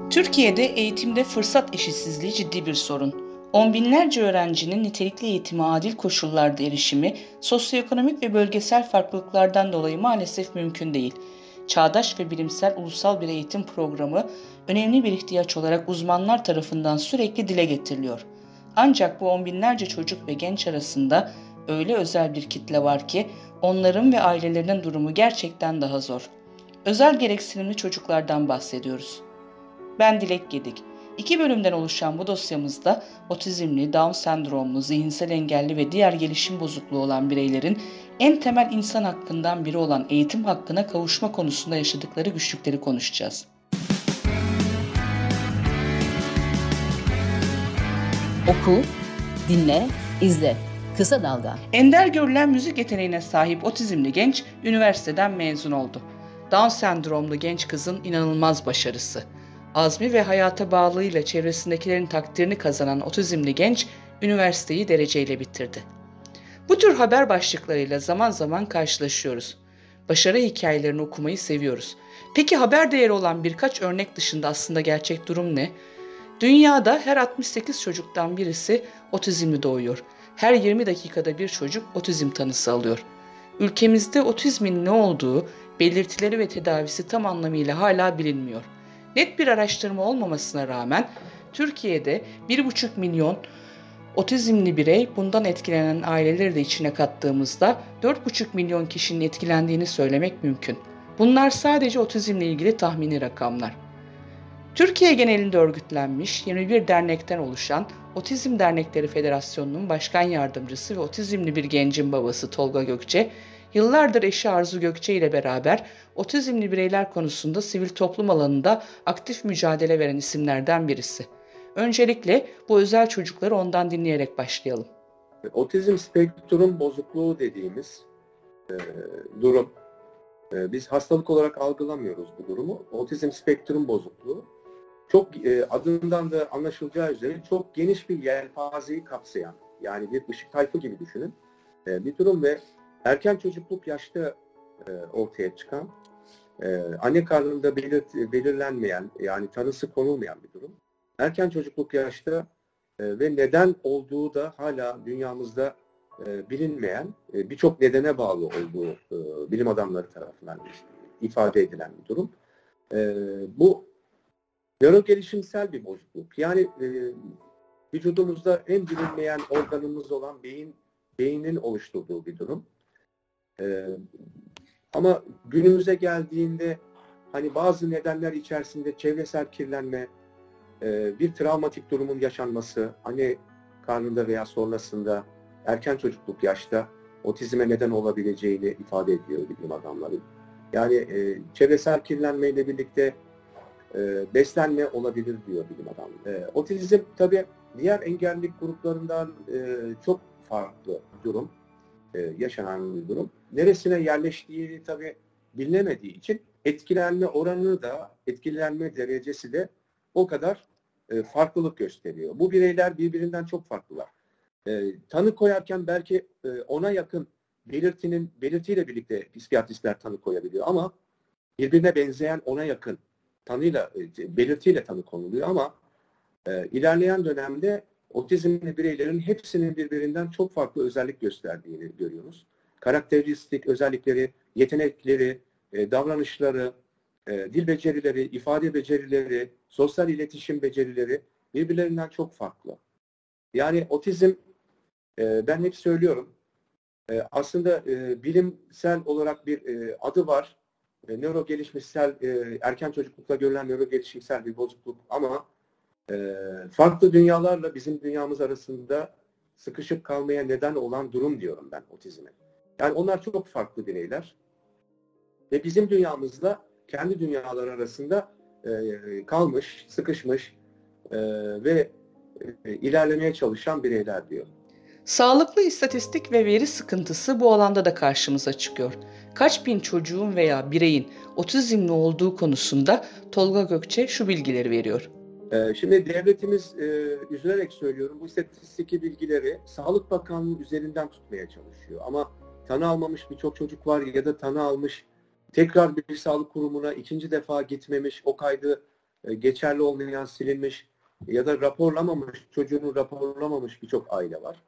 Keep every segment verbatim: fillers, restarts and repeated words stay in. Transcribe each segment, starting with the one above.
Türkiye'de eğitimde fırsat eşitsizliği ciddi bir sorun. On binlerce öğrencinin nitelikli eğitime adil koşullarda erişimi, sosyoekonomik ve bölgesel farklılıklardan dolayı maalesef mümkün değil. Çağdaş ve bilimsel ulusal bir eğitim programı önemli bir ihtiyaç olarak uzmanlar tarafından sürekli dile getiriliyor. Ancak bu on binlerce çocuk ve genç arasında öyle özel bir kitle var ki onların ve ailelerinin durumu gerçekten daha zor. Özel gereksinimli çocuklardan bahsediyoruz. Ben Dilek Gedik. İki bölümden oluşan bu dosyamızda otizmli, Down sendromlu, zihinsel engelli ve diğer gelişim bozukluğu olan bireylerin en temel insan hakkından biri olan eğitim hakkına kavuşma konusunda yaşadıkları güçlükleri konuşacağız. Oku, dinle, izle. Kısa Dalga. Ender görülen müzik yeteneğine sahip otizmli genç üniversiteden mezun oldu. Down sendromlu genç kızın inanılmaz başarısı. Azmi ve hayata bağlılığıyla çevresindekilerin takdirini kazanan otizmli genç üniversiteyi dereceyle bitirdi. Bu tür haber başlıklarıyla zaman zaman karşılaşıyoruz. Başarı hikayelerini okumayı seviyoruz. Peki haber değeri olan birkaç örnek dışında aslında gerçek durum ne? Dünyada her altmış sekiz çocuktan birisi otizmli doğuyor. Her yirmi dakikada bir çocuk otizm tanısı alıyor. Ülkemizde otizmin ne olduğu, belirtileri ve tedavisi tam anlamıyla hala bilinmiyor. Net bir araştırma olmamasına rağmen Türkiye'de bir buçuk milyon otizmli birey, bundan etkilenen aileleri de içine kattığımızda dört buçuk milyon kişinin etkilendiğini söylemek mümkün. Bunlar sadece otizmle ilgili tahmini rakamlar. Türkiye genelinde örgütlenmiş yirmi bir dernekten oluşan Otizm Dernekleri Federasyonu'nun başkan yardımcısı ve otizmli bir gencin babası Tolga Gökçe, yıllardır eşi Arzu Gökçe ile beraber otizmli bireyler konusunda sivil toplum alanında aktif mücadele veren isimlerden birisi. Öncelikle bu özel çocukları ondan dinleyerek başlayalım. Otizm spektrum bozukluğu dediğimiz e, durum, e, biz hastalık olarak algılamıyoruz bu durumu. Otizm spektrum bozukluğu çok e, adından da anlaşılacağı üzere çok geniş bir yelpazeyi kapsayan, yani bir ışık tayfı gibi düşünün e, bir durum ve erken çocukluk yaşta e, ortaya çıkan, e, anne karnında belirt, belirlenmeyen, yani tanısı konulmayan bir durum. Erken çocukluk yaşta e, ve neden olduğu da hala dünyamızda e, bilinmeyen, e, birçok nedene bağlı olduğu e, bilim adamları tarafından ifade edilen bir durum. E, bu nörogelişimsel bir bozukluk. Yani e, vücudumuzda en bilinmeyen organımız olan beyin, beynin oluşturduğu bir durum. Ee, ama günümüze geldiğinde hani bazı nedenler içerisinde çevresel kirlenme, e, bir travmatik durumun yaşanması, anne karnında veya sonrasında erken çocukluk yaşta otizme neden olabileceğini ifade ediyor bilim adamları. Yani e, çevresel kirlenmeyle birlikte e, beslenme olabilir diyor bilim adamları. E, otizm tabii diğer engellilik gruplarından e, çok farklı durum. yaşanan bir durum. Neresine yerleştiği tabii bilinemediği için etkilenme oranı da, etkilenme derecesi de o kadar e, farklılık gösteriyor. Bu bireyler birbirinden çok farklılar. E, tanı koyarken belki e, ona yakın belirtinin belirtiyle birlikte psikiyatristler tanı koyabiliyor ama birbirine benzeyen ona yakın tanıyla, e, belirtiyle tanı konuluyor ama e, ilerleyen dönemde otizmli bireylerin hepsinin birbirinden çok farklı özellik gösterdiğini görüyoruz. Karakteristik özellikleri, yetenekleri, e, davranışları, e, dil becerileri, ifade becerileri, sosyal iletişim becerileri birbirlerinden çok farklı. Yani otizm, e, ben hep söylüyorum, e, aslında e, bilimsel olarak bir e, adı var. E, nörogelişimsel, e, erken çocuklukta görülen nörogelişimsel bir bozukluk ama E, farklı dünyalarla bizim dünyamız arasında sıkışıp kalmaya neden olan durum diyorum ben otizme. Yani onlar çok farklı bireyler ve bizim dünyamızla kendi dünyalar arasında e, kalmış, sıkışmış e, ve e, ilerlemeye çalışan bireyler diyor. Sağlıklı istatistik ve veri sıkıntısı bu alanda da karşımıza çıkıyor. Kaç bin çocuğun veya bireyin otizmli olduğu konusunda Tolga Gökçe şu bilgileri veriyor. Şimdi devletimiz, e, üzülerek söylüyorum, bu istatistik bilgileri Sağlık Bakanlığı üzerinden tutmaya çalışıyor. Ama tanı almamış birçok çocuk var ya da tanı almış, tekrar bir sağlık kurumuna ikinci defa gitmemiş, o kaydı e, geçerli olmayan, silinmiş ya da raporlamamış, çocuğunu raporlamamış birçok aile var.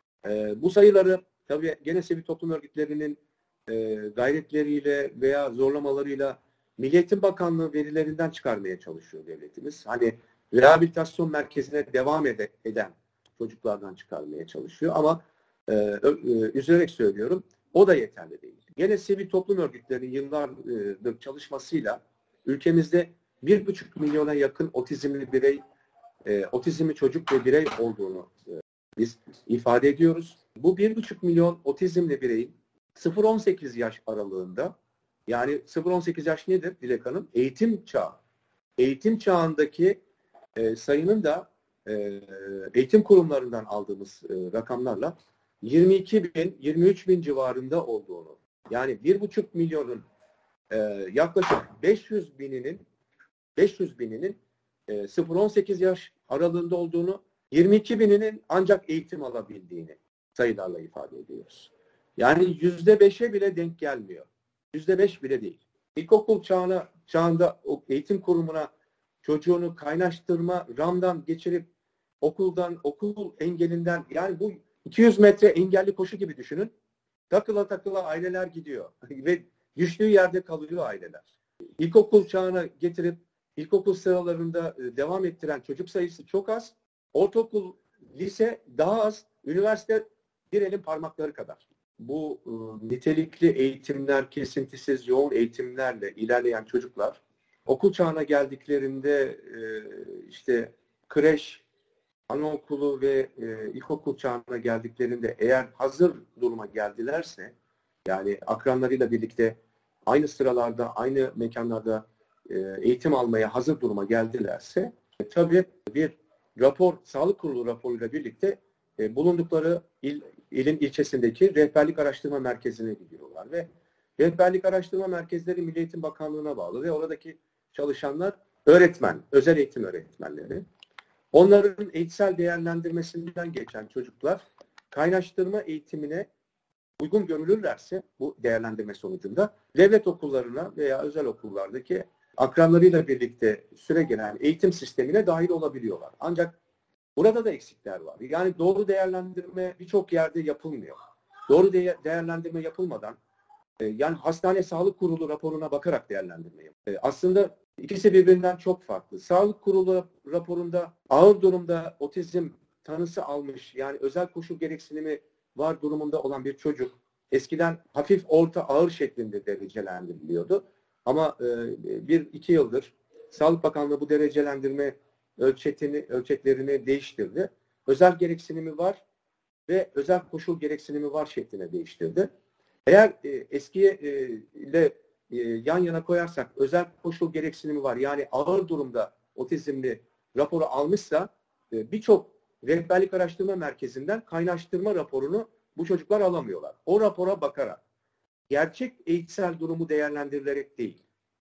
E, bu sayıları tabii gene sivil toplum örgütlerinin e, gayretleriyle veya zorlamalarıyla Milli Eğitim Bakanlığı verilerinden çıkarmaya çalışıyor devletimiz. Hani rehabilitasyon merkezine devam ede, eden çocuklardan çıkarmaya çalışıyor ama e, e, üzülerek söylüyorum, o da yeterli değil. Gene sivil toplum örgütlerinin yıllardır çalışmasıyla ülkemizde bir buçuk milyona yakın otizmli birey, e, otizmli çocuk ve birey olduğunu e, biz ifade ediyoruz. Bu bir buçuk milyon otizmli bireyin sıfır on sekiz yaş aralığında, yani sıfır on sekiz yaş nedir Dilek Hanım? Eğitim çağı. Eğitim çağındaki e, sayının da e, eğitim kurumlarından aldığımız e, rakamlarla yirmi iki bin, yirmi üç bin civarında olduğunu, yani bir buçuk milyonun e, yaklaşık beş yüz bininin beş yüz bininin e, sıfır on sekiz yaş aralığında olduğunu, yirmi iki bininin ancak eğitim alabildiğini sayılarla ifade ediyoruz. Yani yüzde beşe bile denk gelmiyor. Yüzde beş bile değil. İlkokul çağına, çağında eğitim kurumuna çocuğunu kaynaştırma, ramdan geçirip okuldan, okul engelinden, yani bu iki yüz metre engelli koşu gibi düşünün. Takıla takıla aileler gidiyor ve düştüğü yerde kalıyor aileler. İlkokul çağına getirip ilkokul sıralarında devam ettiren çocuk sayısı çok az. Ortaokul, lise daha az. Üniversite bir elin parmakları kadar. Bu e, nitelikli eğitimler, kesintisiz yoğun eğitimlerle ilerleyen çocuklar okul çağına geldiklerinde e, işte kreş, anaokulu ve e, ilkokul çağına geldiklerinde eğer hazır duruma geldilerse, yani akranlarıyla birlikte aynı sıralarda, aynı mekanlarda e, eğitim almaya hazır duruma geldilerse, e, tabii bir rapor, sağlık kurulu raporuyla birlikte e, bulundukları il, ilin ilçesindeki rehberlik araştırma merkezine gidiyorlar ve rehberlik araştırma merkezleri Milli Eğitim Bakanlığı'na bağlı ve oradaki çalışanlar öğretmen, özel eğitim öğretmenleri. Onların eğitsel değerlendirmesinden geçen çocuklar kaynaştırma eğitimine uygun görülürlerse bu değerlendirme sonucunda devlet okullarına veya özel okullardaki akranlarıyla birlikte süregelen eğitim sistemine dahil olabiliyorlar. Ancak burada da eksikler var. Yani doğru değerlendirme birçok yerde yapılmıyor. Doğru de- değerlendirme yapılmadan, e, yani hastane sağlık kurulu raporuna bakarak değerlendirme yapılıyor. E, aslında ikisi birbirinden çok farklı. Sağlık kurulu raporunda ağır durumda otizm tanısı almış, yani özel koşul gereksinimi var durumunda olan bir çocuk eskiden hafif, orta, ağır şeklinde derecelendiriliyordu. Ama e, bir iki yıldır Sağlık Bakanlığı bu derecelendirme ölçetini, ölçeklerini değiştirdi. Özel gereksinimi var ve özel koşul gereksinimi var şekline değiştirdi. Eğer e, eskiye e, ile e, yan yana koyarsak özel koşul gereksinimi var, yani ağır durumda otizmli raporu almışsa e, birçok rehberlik araştırma merkezinden kaynaştırma raporunu bu çocuklar alamıyorlar. O rapora bakarak, gerçek eğitsel durumu değerlendirilerek değil.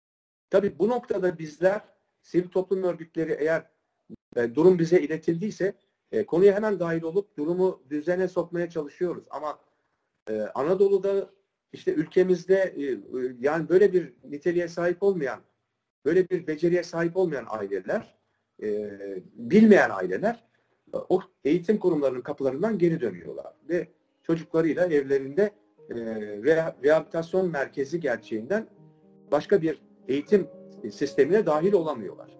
Tabii bu noktada bizler, sivil toplum örgütleri, eğer e, durum bize iletildiyse e, konuya hemen dahil olup durumu düzene sokmaya çalışıyoruz. Ama e, Anadolu'da, işte ülkemizde e, e, yani böyle bir niteliğe sahip olmayan, böyle bir beceriye sahip olmayan aileler, e, bilmeyen aileler e, o eğitim kurumlarının kapılarından geri dönüyorlar ve çocuklarıyla evlerinde e, re- rehabilitasyon merkezi gerçeğinden başka bir eğitim sistemine dahil olamıyorlar.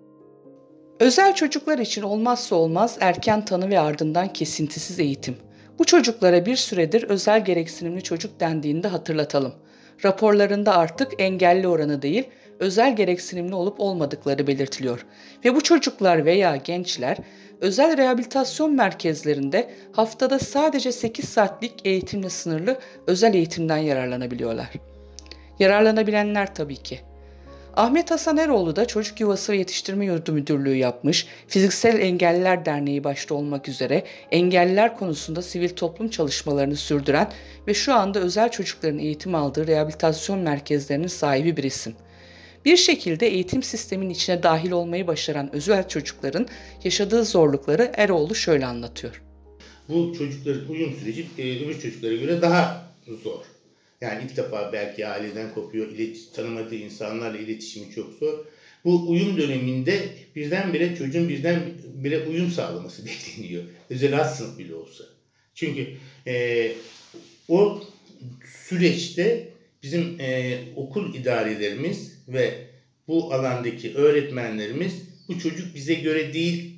Özel çocuklar için olmazsa olmaz erken tanı ve ardından kesintisiz eğitim. Bu çocuklara bir süredir özel gereksinimli çocuk dendiğinde hatırlatalım. Raporlarında artık engelli oranı değil, özel gereksinimli olup olmadıkları belirtiliyor. Ve bu çocuklar veya gençler özel rehabilitasyon merkezlerinde haftada sadece sekiz saatlik eğitimle sınırlı özel eğitimden yararlanabiliyorlar. Yararlanabilenler tabii ki. Ahmet Hasan Eroğlu da Çocuk Yuvası ve Yetiştirme Yurdu Müdürlüğü yapmış, Fiziksel Engelliler Derneği başta olmak üzere engelliler konusunda sivil toplum çalışmalarını sürdüren ve şu anda özel çocukların eğitim aldığı rehabilitasyon merkezlerinin sahibi bir isim. Bir şekilde eğitim sistemin içine dahil olmayı başaran özel çocukların yaşadığı zorlukları Eroğlu şöyle anlatıyor. Bu çocukların uyum süreci e, öbür çocuklara göre daha zor. Yani ilk defa belki aileden kopuyor, iletişim, tanımadığı insanlarla iletişimi çok zor. Bu uyum döneminde birdenbire çocuğun birdenbire uyum sağlaması bekleniyor. Özel az sınıf bile olsa. Çünkü e, o süreçte bizim e, okul idarelerimiz ve bu alandaki öğretmenlerimiz bu çocuk bize göre değil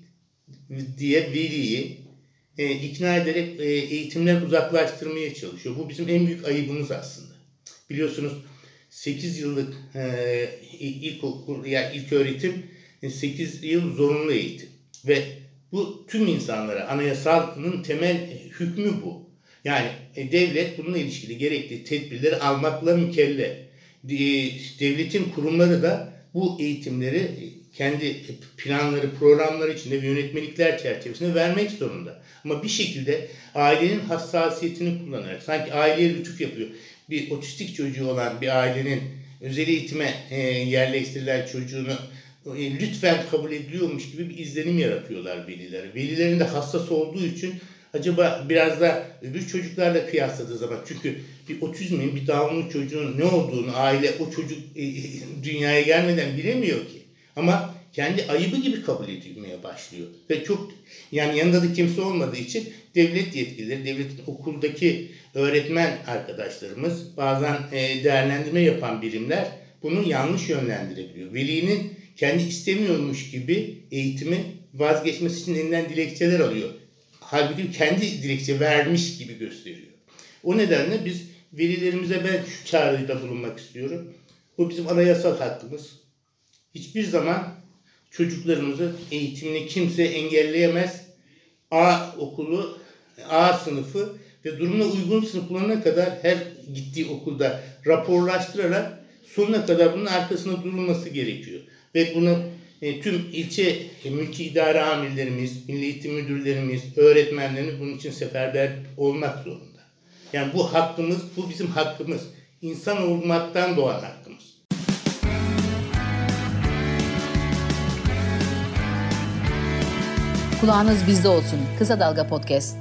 diye veliyi e, ikna ederek e, eğitimden uzaklaştırmaya çalışıyor. Bu bizim en büyük ayıbımız aslında. Biliyorsunuz sekiz yıllık e, ilkokul ya yani ilk öğretim sekiz yıl zorunlu eğitim ve bu tüm insanlara anayasanın temel hükmü bu. Yani e, devlet bununla ilişkili gerekli tedbirleri almakla mükellef. E, devletin kurumları da bu eğitimleri kendi planları, programları içinde ve yönetmelikler çerçevesinde vermek zorunda. Ama bir şekilde ailenin hassasiyetini kullanarak, sanki aileye lütuf yapıyor. Bir otistik çocuğu olan bir ailenin özel eğitime e, yerleştirilen çocuğunu e, lütfen kabul ediliyormuş gibi bir izlenim yaratıyorlar velilere. Velilerin de hassas olduğu için acaba biraz da öbür çocuklarla kıyasladığı zaman, çünkü bir otizmin, bir Down'lu çocuğun ne olduğunu aile o çocuk e, dünyaya gelmeden bilemiyor ki. Ama kendi ayıbı gibi kabul edilmeye başlıyor. Ve çok, yani yanında da kimse olmadığı için devlet yetkilileri, devletin okuldaki öğretmen arkadaşlarımız, bazen e, değerlendirme yapan birimler bunu yanlış yönlendirebiliyor. Velinin kendi istemiyormuş gibi eğitimi vazgeçmesi için elinden dilekçeler alıyor. Halbuki kendi dilekçe vermiş gibi gösteriyor. O nedenle biz velilerimize ben şu çağrıda bulunmak istiyorum. Bu bizim anayasal hakkımız. Hiçbir zaman çocuklarımızın eğitimini kimse engelleyemez. A okulu, A sınıfı ve durumuna uygun sınıflarına kadar her gittiği okulda raporlaştırarak sonuna kadar bunun arkasında durulması gerekiyor. Ve bunu e, tüm ilçe e, mülki idare amirlerimiz, milli eğitim müdürlerimiz, öğretmenlerimiz bunun için seferber olmak zorunda. Yani bu hakkımız, bu bizim hakkımız. İnsan olmaktan doğan hakkımız. Kulağınız bizde olsun. Kısa Dalga Podcast.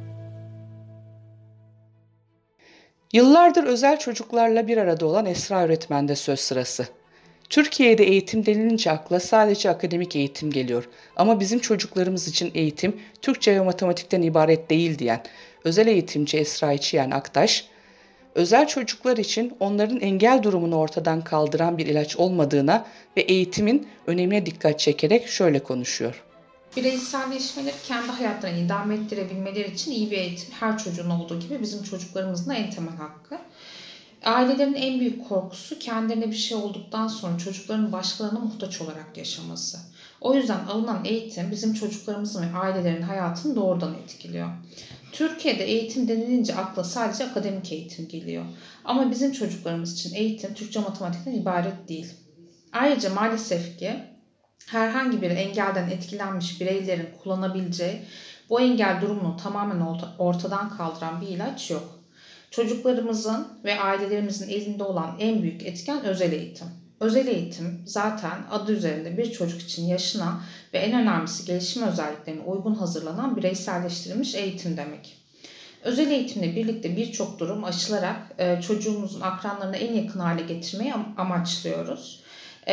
Yıllardır özel çocuklarla bir arada olan Esra öğretmende söz sırası. Türkiye'de eğitim denilince akla sadece akademik eğitim geliyor. Ama bizim çocuklarımız için eğitim Türkçe ve matematikten ibaret değil diyen özel eğitimci Esra İçiyen Aktaş, özel çocuklar için onların engel durumunu ortadan kaldıran bir ilaç olmadığına ve eğitimin önemine dikkat çekerek şöyle konuşuyor. Bireyselleşmeleri kendi hayatlarını idame ettirebilmeleri için iyi bir eğitim her çocuğun olduğu gibi bizim çocuklarımızın da en temel hakkı. Ailelerin en büyük korkusu kendilerine bir şey olduktan sonra çocukların başkalarına muhtaç olarak yaşaması. O yüzden alınan eğitim bizim çocuklarımızın ve ailelerin hayatını doğrudan etkiliyor. Türkiye'de eğitim denilince akla sadece akademik eğitim geliyor. Ama bizim çocuklarımız için eğitim Türkçe matematikten ibaret değil. Ayrıca maalesef ki herhangi bir engelden etkilenmiş bireylerin kullanabileceği bu engel durumunu tamamen ortadan kaldıran bir ilaç yok. Çocuklarımızın ve ailelerimizin elinde olan en büyük etken özel eğitim. Özel eğitim zaten adı üzerinde bir çocuk için yaşına ve en önemlisi gelişim özelliklerine uygun hazırlanan bireyselleştirilmiş eğitim demek. Özel eğitimle birlikte birçok durum aşılarak çocuğumuzun akranlarına en yakın hale getirmeyi amaçlıyoruz.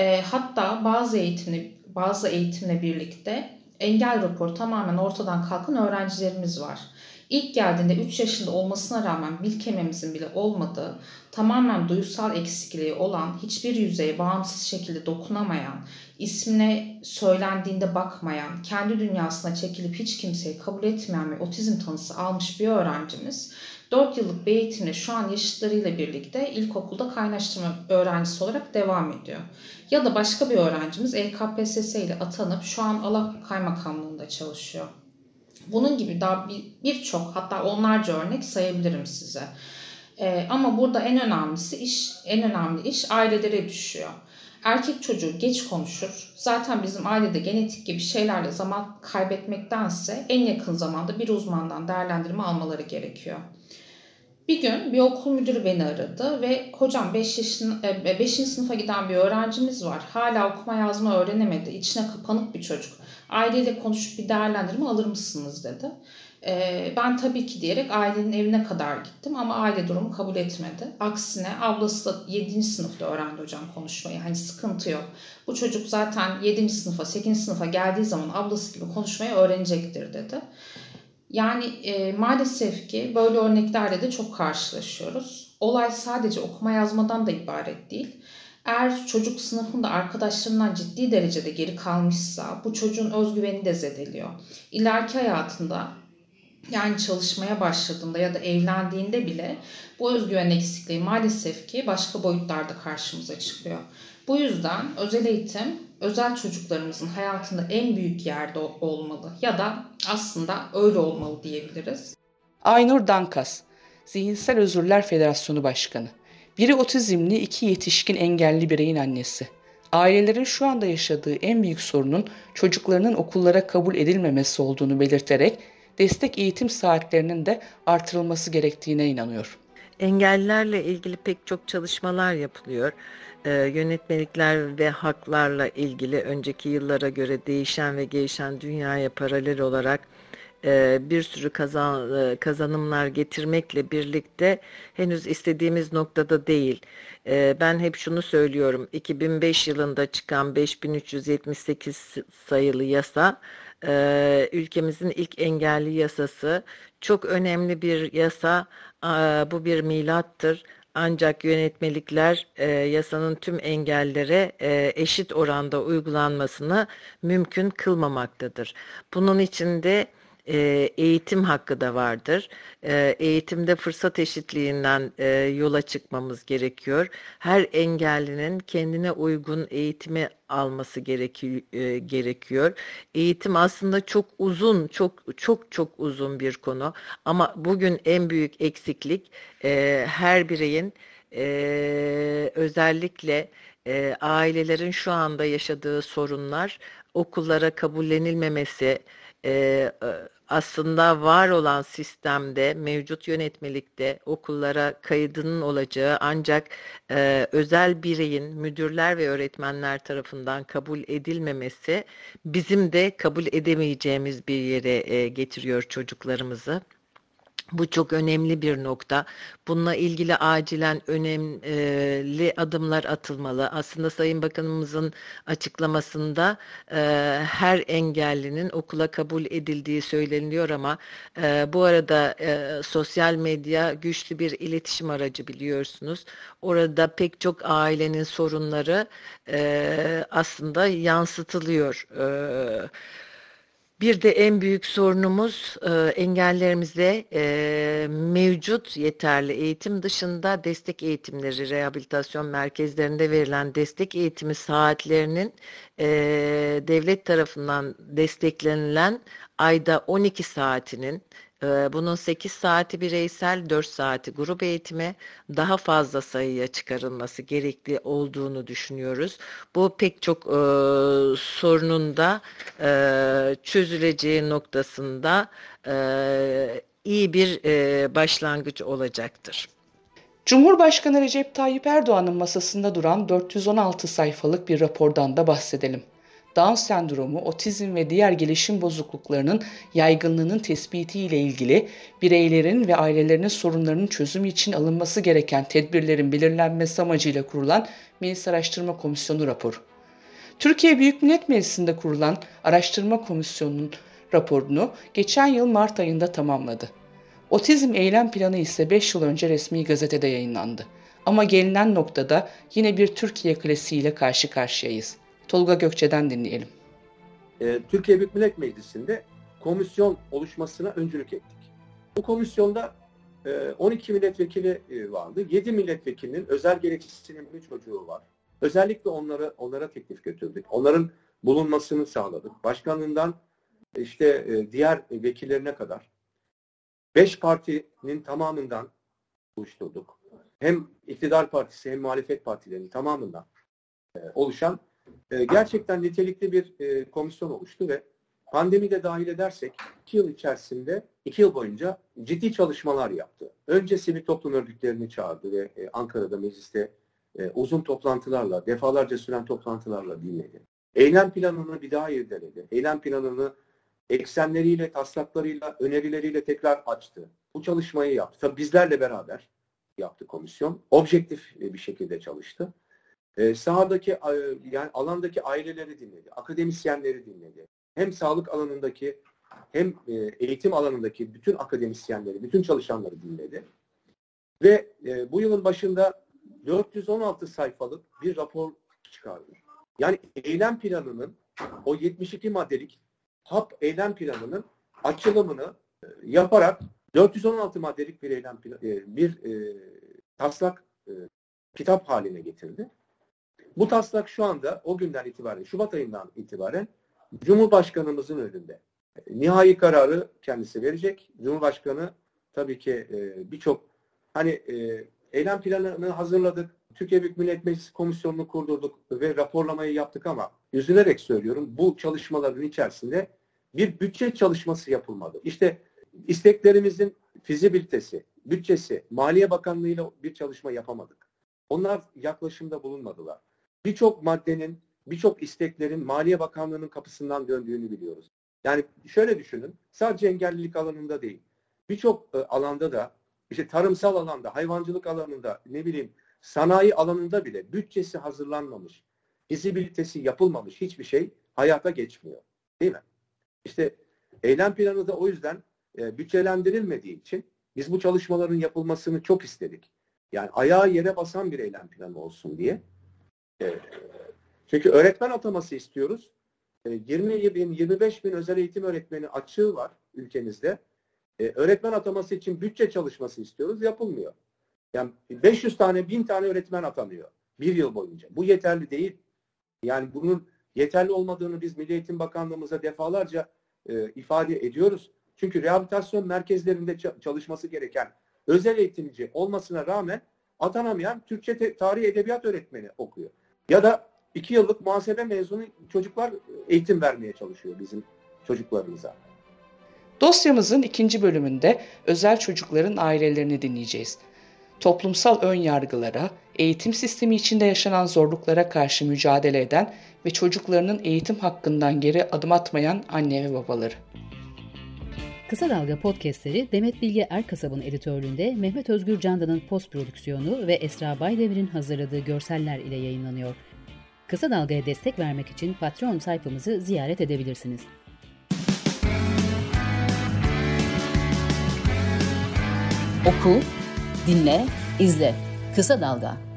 Hatta bazı eğitimle, bazı eğitimle birlikte engel raporu tamamen ortadan kalkan öğrencilerimiz var. İlk geldiğinde üç yaşında olmasına rağmen bil kelimemizin bile olmadığı, tamamen duysal eksikliği olan, hiçbir yüzeye bağımsız şekilde dokunamayan, ismine söylendiğinde bakmayan, kendi dünyasına çekilip hiç kimseyi kabul etmeyen ve otizm tanısı almış bir öğrencimiz dört yıllık bir eğitimle şu an yaşıtlarıyla birlikte ilkokulda kaynaştırma öğrencisi olarak devam ediyor. Ya da başka bir öğrencimiz E K P S S ile atanıp şu an Ala Kaymakamlığı'nda çalışıyor. Bunun gibi daha birçok, hatta onlarca örnek sayabilirim size. Ee, ama burada en önemlisi iş, en önemli iş ailelere düşüyor. Erkek çocuğu geç konuşur. Zaten bizim ailede genetik gibi şeylerle zaman kaybetmektense en yakın zamanda bir uzmandan değerlendirme almaları gerekiyor. Bir gün bir okul müdürü beni aradı ve hocam beşinci sınıfa giden bir öğrencimiz var. Hala okuma yazma öğrenemedi. İçine kapanık bir çocuk. Aileyle konuşup bir değerlendirme alır mısınız dedi. Ee, ben tabii ki diyerek ailenin evine kadar gittim ama aile durumu kabul etmedi. Aksine ablası da yedinci sınıfta öğrendi hocam konuşmayı. Hani sıkıntı yok. Bu çocuk zaten yedinci sınıfa, sekizinci sınıfa geldiği zaman ablası gibi konuşmayı öğrenecektir dedi. Yani e, maalesef ki böyle örneklerle de çok karşılaşıyoruz. Olay sadece okuma yazmadan da ibaret değil. Eğer çocuk sınıfında arkadaşlarından ciddi derecede geri kalmışsa bu çocuğun özgüveni de zedeliyor. İleriki hayatında yani çalışmaya başladığında ya da evlendiğinde bile bu özgüven eksikliği maalesef ki başka boyutlarda karşımıza çıkıyor. Bu yüzden özel eğitim özel çocuklarımızın hayatında en büyük yerde olmalı ya da aslında öyle olmalı diyebiliriz. Aynur Dankas, Zihinsel Özürler Federasyonu Başkanı. Biri otizmli, iki yetişkin engelli bireyin annesi. Ailelerin şu anda yaşadığı en büyük sorunun çocuklarının okullara kabul edilmemesi olduğunu belirterek destek eğitim saatlerinin de artırılması gerektiğine inanıyor. Engellilerle ilgili pek çok çalışmalar yapılıyor. Ee, yönetmelikler ve haklarla ilgili önceki yıllara göre değişen ve gelişen dünyaya paralel olarak e, bir sürü kazan, e, kazanımlar getirmekle birlikte henüz istediğimiz noktada değil. E, ben hep şunu söylüyorum, iki bin beş yılında çıkan beş bin üç yüz yetmiş sekiz sayılı yasa, e, ülkemizin ilk engelli yasası, çok önemli bir yasa. Bu bir milattır. Ancak yönetmelikler e, yasanın tüm engellere e, eşit oranda uygulanmasını mümkün kılmamaktadır. Bunun için de e, eğitim hakkı da vardır. E, eğitimde fırsat eşitliğinden e, yola çıkmamız gerekiyor. Her engellinin kendine uygun eğitimi alması gereki, e, gerekiyor. Eğitim aslında çok uzun, çok çok çok uzun bir konu. Ama bugün en büyük eksiklik e, her bireyin e, özellikle e, ailelerin şu anda yaşadığı sorunlar, okullara kabullenilmemesi, e, aslında var olan sistemde, mevcut yönetmelikte okullara kaydının olacağı ancak e, özel bireyin müdürler ve öğretmenler tarafından kabul edilmemesi bizim de kabul edemeyeceğimiz bir yere e, getiriyor çocuklarımızı. Bu çok önemli bir nokta. Bununla ilgili acilen önemli adımlar atılmalı. Aslında Sayın Bakanımızın açıklamasında e, her engellinin okula kabul edildiği söyleniyor ama e, bu arada e, sosyal medya güçlü bir iletişim aracı biliyorsunuz. Orada pek çok ailenin sorunları e, aslında yansıtılıyor. E, Bir de en büyük sorunumuz e, engellerimize e, mevcut yeterli eğitim dışında destek eğitimleri, rehabilitasyon merkezlerinde verilen destek eğitimi saatlerinin e, devlet tarafından desteklenilen ayda on iki saatinin, bunun sekiz saati bireysel, dört saati grup eğitime daha fazla sayıya çıkarılması gerekli olduğunu düşünüyoruz. Bu pek çok e, sorunun da e, çözüleceği noktasında e, iyi bir e, başlangıç olacaktır. Cumhurbaşkanı Recep Tayyip Erdoğan'ın masasında duran dört yüz on altı sayfalık bir rapordan da bahsedelim. Down sendromu, otizm ve diğer gelişim bozukluklarının yaygınlığının tespiti ile ilgili bireylerin ve ailelerinin sorunlarının çözümü için alınması gereken tedbirlerin belirlenmesi amacıyla kurulan Meclis Araştırma Komisyonu raporu. Türkiye Büyük Millet Meclisi'nde kurulan Araştırma Komisyonu'nun raporunu geçen yıl Mart ayında tamamladı. Otizm eylem planı ise beş yıl önce resmi gazetede yayınlandı. Ama gelinen noktada yine bir Türkiye klasiğiyle karşı karşıyayız. Tolga Gökçe'den dinleyelim. Ee, Türkiye Büyük Millet Meclisi'nde komisyon oluşmasına öncülük ettik. Bu komisyonda e, on iki milletvekili e, vardı. yedi milletvekilinin özel gereksinimli çocuğu var. Özellikle onlara onlara teklif götürdük. Onların bulunmasını sağladık. Başkanlığından işte e, diğer vekillerine kadar beş partinin tamamından oluşturduk. Hem iktidar partisi hem muhalefet partilerinin tamamından e, oluşan e, gerçekten nitelikli bir e, komisyon oluştu ve pandemi de dahil edersek iki yıl içerisinde, iki yıl boyunca ciddi çalışmalar yaptı. Önce sivil toplum örgütlerini çağırdı ve e, Ankara'da mecliste e, uzun toplantılarla, defalarca süren toplantılarla dinledi. Eylem planını bir daha irdeledi. Eylem planını eksenleriyle, taslaklarıyla, önerileriyle tekrar açtı. Bu çalışmayı yaptı. Tabii bizlerle beraber yaptı komisyon. Objektif bir şekilde çalıştı. Ee, sahadaki, yani alandaki aileleri dinledi, akademisyenleri dinledi. Hem sağlık alanındaki hem eğitim alanındaki bütün akademisyenleri, bütün çalışanları dinledi. Ve e, bu yılın başında dört yüz on altı sayfalık bir rapor çıkardı. Yani eylem planının, o yetmiş iki maddelik HAP eylem planının açılımını e, yaparak dört yüz on altı maddelik bir eylem planı, e, bir e, taslak e, kitap haline getirdi. Bu taslak şu anda o günden itibaren, Şubat ayından itibaren Cumhurbaşkanımızın önünde. Nihai kararı kendisi verecek. Cumhurbaşkanı tabii ki e, birçok hani e, eylem planını hazırladık. Türkiye Büyük Millet Meclisi Komisyonu'nu kurdurduk ve raporlamayı yaptık ama üzülerek söylüyorum, bu çalışmaların içerisinde bir bütçe çalışması yapılmadı. İşte isteklerimizin fizibilitesi, bütçesi, Maliye Bakanlığı ile bir çalışma yapamadık. Onlar yaklaşımda bulunmadılar. Birçok maddenin, birçok isteklerin Maliye Bakanlığı'nın kapısından döndüğünü biliyoruz. Yani şöyle düşünün, sadece engellilik alanında değil, birçok e, alanda da, işte tarımsal alanda, hayvancılık alanında, ne bileyim sanayi alanında bile bütçesi hazırlanmamış, fizibilitesi yapılmamış hiçbir şey hayata geçmiyor. Değil mi? İşte eylem planı da o yüzden e, bütçelendirilmediği için biz bu çalışmaların yapılmasını çok istedik. Yani ayağı yere basan bir eylem planı olsun diye. E, çünkü öğretmen ataması istiyoruz. E, yirmi bin, yirmi beş bin özel eğitim öğretmeni açığı var ülkemizde. Ee, öğretmen ataması için bütçe çalışması istiyoruz. Yapılmıyor. Yani beş yüz tane, bin tane öğretmen atanıyor bir yıl boyunca. Bu yeterli değil. Yani bunun yeterli olmadığını biz Milli Eğitim Bakanlığımıza defalarca e, ifade ediyoruz. Çünkü rehabilitasyon merkezlerinde ç- çalışması gereken özel eğitimci olmasına rağmen atanamayan Türkçe te- tarih edebiyat öğretmeni okuyor. Ya da iki yıllık muhasebe mezunu çocuklar eğitim vermeye çalışıyor bizim çocuklarımıza. Dosyamızın ikinci bölümünde özel çocukların ailelerini dinleyeceğiz. Toplumsal ön yargılara, eğitim sistemi içinde yaşanan zorluklara karşı mücadele eden ve çocuklarının eğitim hakkından geri adım atmayan anne ve babaları. Kısa Dalga podcastleri Demet Bilge Erkasab'ın editörlüğünde Mehmet Özgür Candan'ın post prodüksiyonu ve Esra Baydemir'in hazırladığı görseller ile yayınlanıyor. Kısa Dalga'ya destek vermek için Patreon sayfamızı ziyaret edebilirsiniz. Oku, dinle, izle. Kısa Dalga.